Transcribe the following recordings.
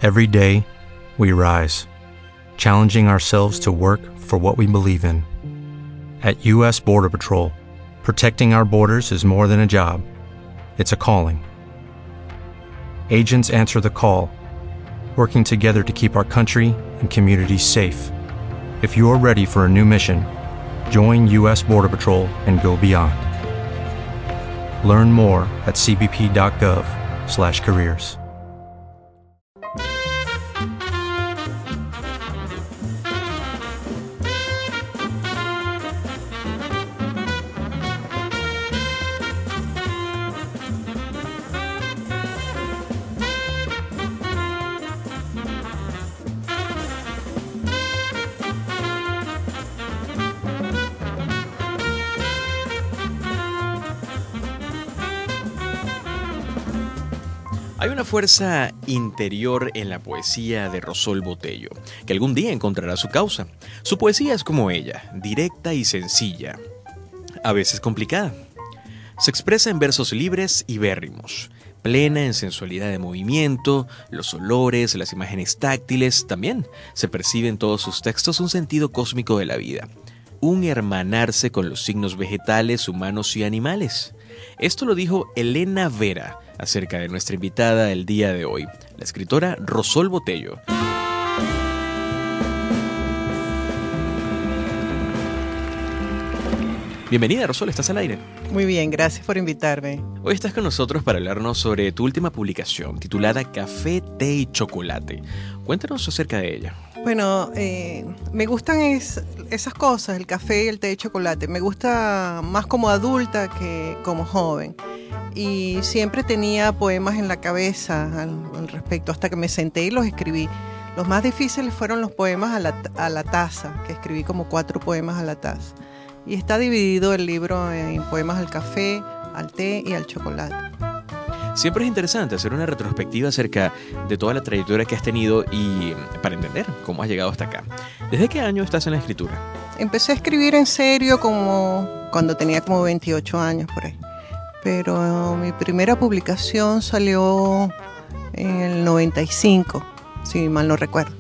Every day, we rise, challenging ourselves to work for what we believe in. At U.S. Border Patrol, protecting our borders is more than a job. It's a calling. Agents answer the call, working together to keep our country and communities safe. If you are ready for a new mission, join U.S. Border Patrol and go beyond. Learn more at cbp.gov/careers. Hay una fuerza interior en la poesía de Rosol Botello, que algún día encontrará su causa. Su poesía es como ella, directa y sencilla, a veces complicada. Se expresa en versos libres y bérrimos, plena en sensualidad de movimiento, los olores, las imágenes táctiles. También se percibe en todos sus textos un sentido cósmico de la vida, un hermanarse con los signos vegetales, humanos y animales. Esto lo dijo Elena Vera acerca de nuestra invitada del día de hoy, la escritora Rosol Botello. Bienvenida, Rosol, ¿estás al aire? Muy bien, gracias por invitarme. Hoy estás con nosotros para hablarnos sobre tu última publicación, titulada Café, Té y Chocolate. Cuéntanos acerca de ella. Bueno, me gustan esas cosas, el café y el té y chocolate. Me gusta más como adulta que como joven. Y siempre tenía poemas en la cabeza al respecto, hasta que me senté y los escribí. Los más difíciles fueron los poemas a la taza, que escribí como 4 poemas a la taza. Y está dividido el libro en poemas al café, al té y al chocolate. Siempre es interesante hacer una retrospectiva acerca de toda la trayectoria que has tenido y para entender cómo has llegado hasta acá. ¿Desde qué año estás en la escritura? Empecé a escribir en serio como cuando tenía como 28 años por ahí. Pero mi primera publicación salió en el 95, si mal no recuerdo.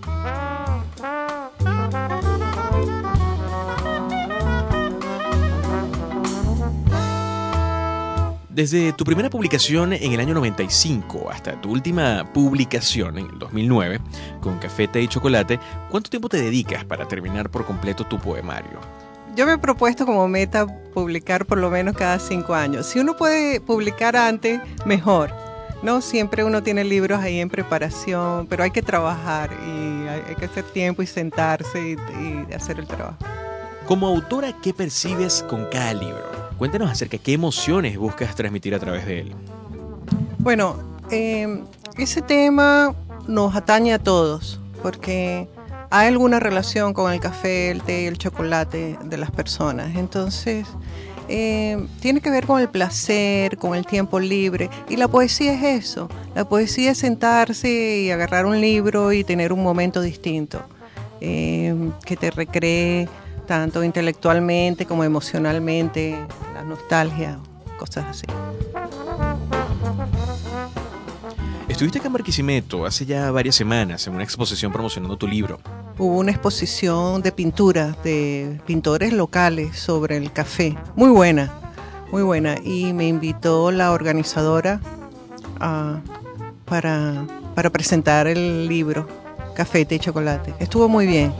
Desde tu primera publicación en el año 95 hasta tu última publicación en el 2009, con Café, Té y Chocolate, ¿cuánto tiempo te dedicas para terminar por completo tu poemario? Yo me he propuesto como meta publicar por lo menos cada 5 años. Si uno puede publicar antes, mejor. No siempre uno tiene libros ahí en preparación, pero hay que trabajar y hay que hacer tiempo y sentarse y hacer el trabajo. Como autora, ¿qué percibes con cada libro? Cuéntanos acerca de qué emociones buscas transmitir a través de él. Bueno, ese tema nos atañe a todos, porque hay alguna relación con el café, el té y el chocolate de las personas. Entonces, tiene que ver con el placer, con el tiempo libre. Y la poesía es eso. La poesía es sentarse y agarrar un libro y tener un momento distinto, que te recree tanto intelectualmente como emocionalmente, la nostalgia, cosas así. Estuviste acá en Barquisimeto hace ya varias semanas en una exposición promocionando tu libro. Hubo una exposición de pintura de pintores locales sobre el café, muy buena, y me invitó la organizadora para presentar el libro Café, Té y Chocolate. Estuvo muy bien.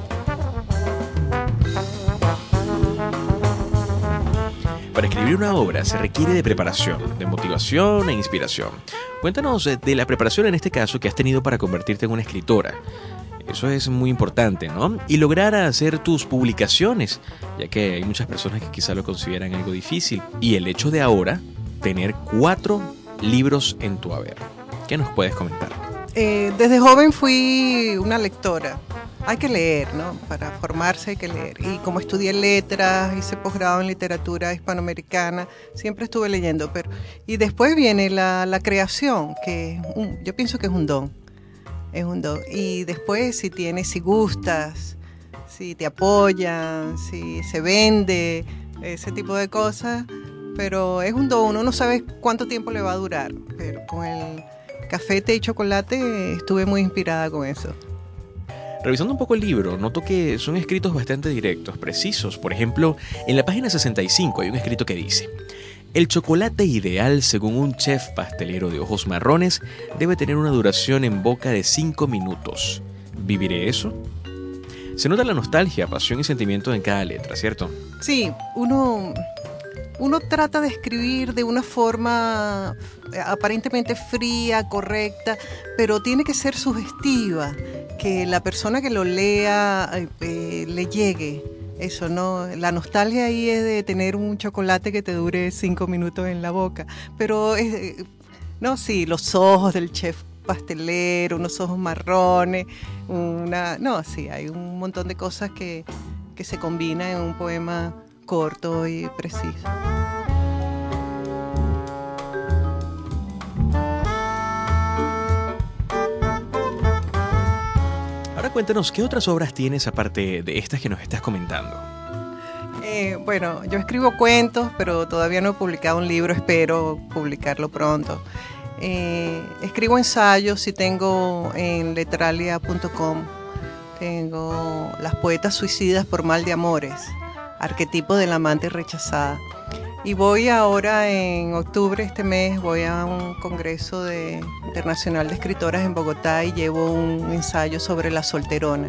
Para escribir una obra se requiere de preparación, de motivación e inspiración. Cuéntanos de la preparación en este caso que has tenido para convertirte en una escritora. Eso es muy importante, ¿no? Y lograr hacer tus publicaciones, ya que hay muchas personas que quizá lo consideran algo difícil. Y el hecho de ahora tener 4 libros en tu haber. ¿Qué nos puedes comentar? Desde joven fui una lectora. Hay que leer, ¿no? Para formarse hay que leer. Y como estudié letras, hice posgrado en literatura hispanoamericana, siempre estuve leyendo. Y después viene la creación, que yo pienso que es un don. Es un don. Y después si gustas, si te apoyan, si se vende, ese tipo de cosas. Pero es un don, uno no sabe cuánto tiempo le va a durar. Pero con el café, té y chocolate, estuve muy inspirada con eso. Revisando un poco el libro, noto que son escritos bastante directos, precisos. Por ejemplo, en la página 65 hay un escrito que dice: el chocolate ideal, según un chef pastelero de ojos marrones, debe tener una duración en boca de 5 minutos. ¿Viviré eso? Se nota la nostalgia, pasión y sentimiento en cada letra, ¿cierto? Sí, uno trata de escribir de una forma aparentemente fría, correcta, pero tiene que ser sugestiva, que la persona que lo lea le llegue. Eso, ¿no? La nostalgia ahí es de tener un chocolate que te dure 5 minutos en la boca. Pero, no, sí, los ojos del chef pastelero, unos ojos marrones, no, sí, hay un montón de cosas que se combinan en un poema corto y preciso. Ahora cuéntanos, ¿qué otras obras tienes aparte de estas que nos estás comentando? Bueno, yo escribo cuentos, pero todavía no he publicado un libro, espero publicarlo pronto. Escribo ensayos y tengo en letralia.com, tengo Las poetas suicidas por mal de amores, arquetipo de la amante rechazada. Y voy ahora en octubre, este mes, voy a un congreso internacional de escritoras en Bogotá y llevo un ensayo sobre la solterona.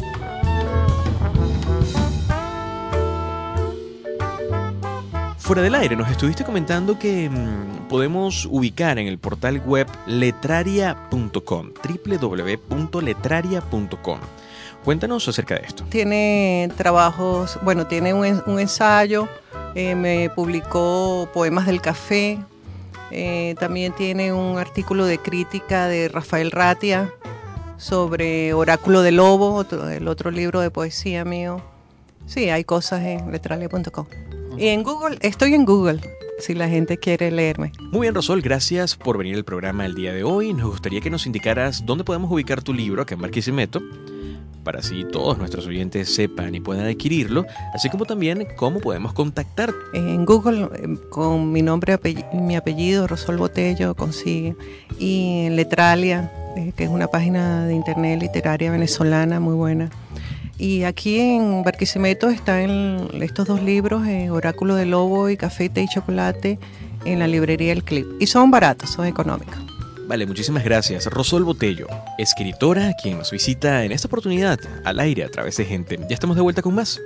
Fuera del aire, nos estuviste comentando que podemos ubicar en el portal web letraria.com, www.letraria.com. Cuéntanos acerca de esto. Tiene trabajos, bueno, tiene un ensayo, me publicó Poemas del Café, también tiene un artículo de crítica de Rafael Ratia sobre Oráculo de Lobo, el otro libro de poesía mío. Sí, hay cosas en letralia.com. Y en Google, estoy en Google, si la gente quiere leerme. Muy bien, Rosol, gracias por venir al programa el día de hoy. Nos gustaría que nos indicaras dónde podemos ubicar tu libro acá en Barquisimeto, para así todos nuestros oyentes sepan y puedan adquirirlo, así como también cómo podemos contactarte. En Google, con mi nombre y mi apellido, Rosol Botello, consigue. Y en Letralia, que es una página de internet literaria venezolana muy buena. Y aquí en Barquisimeto están estos dos libros, Oráculo de Lobo y Café, Té y Chocolate, en la librería El Clip. Y son baratos, son económicos. Vale, muchísimas gracias. Rosol Botello, escritora, quien nos visita en esta oportunidad al aire a través de Gente. Ya estamos de vuelta con más.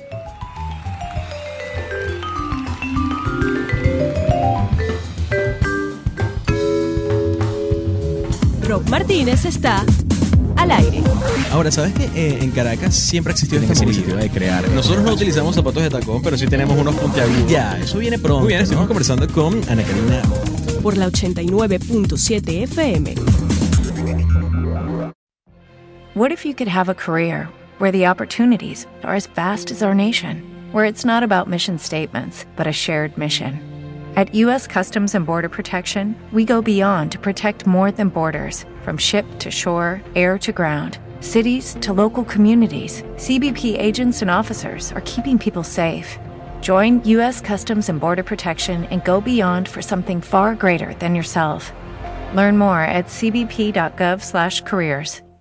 Rob Martínez está al aire. Ahora, ¿sabes que en Caracas siempre ha existido esta iniciativa de crear? Nosotros no utilizamos zapatos de tacón, pero sí tenemos unos puntiagudos. Ya, eso viene pronto. Muy bien, estamos conversando con Ana Karina. Por la 89.7 FM. What if you could have a career where the opportunities are as vast as our nation, where it's not about mission statements, but a shared mission? At U.S. Customs and Border Protection, we go beyond to protect more than borders. From ship to shore, air to ground, cities to local communities, CBP agents and officers are keeping people safe. Join U.S. Customs and Border Protection and go beyond for something far greater than yourself. Learn more at cbp.gov/careers.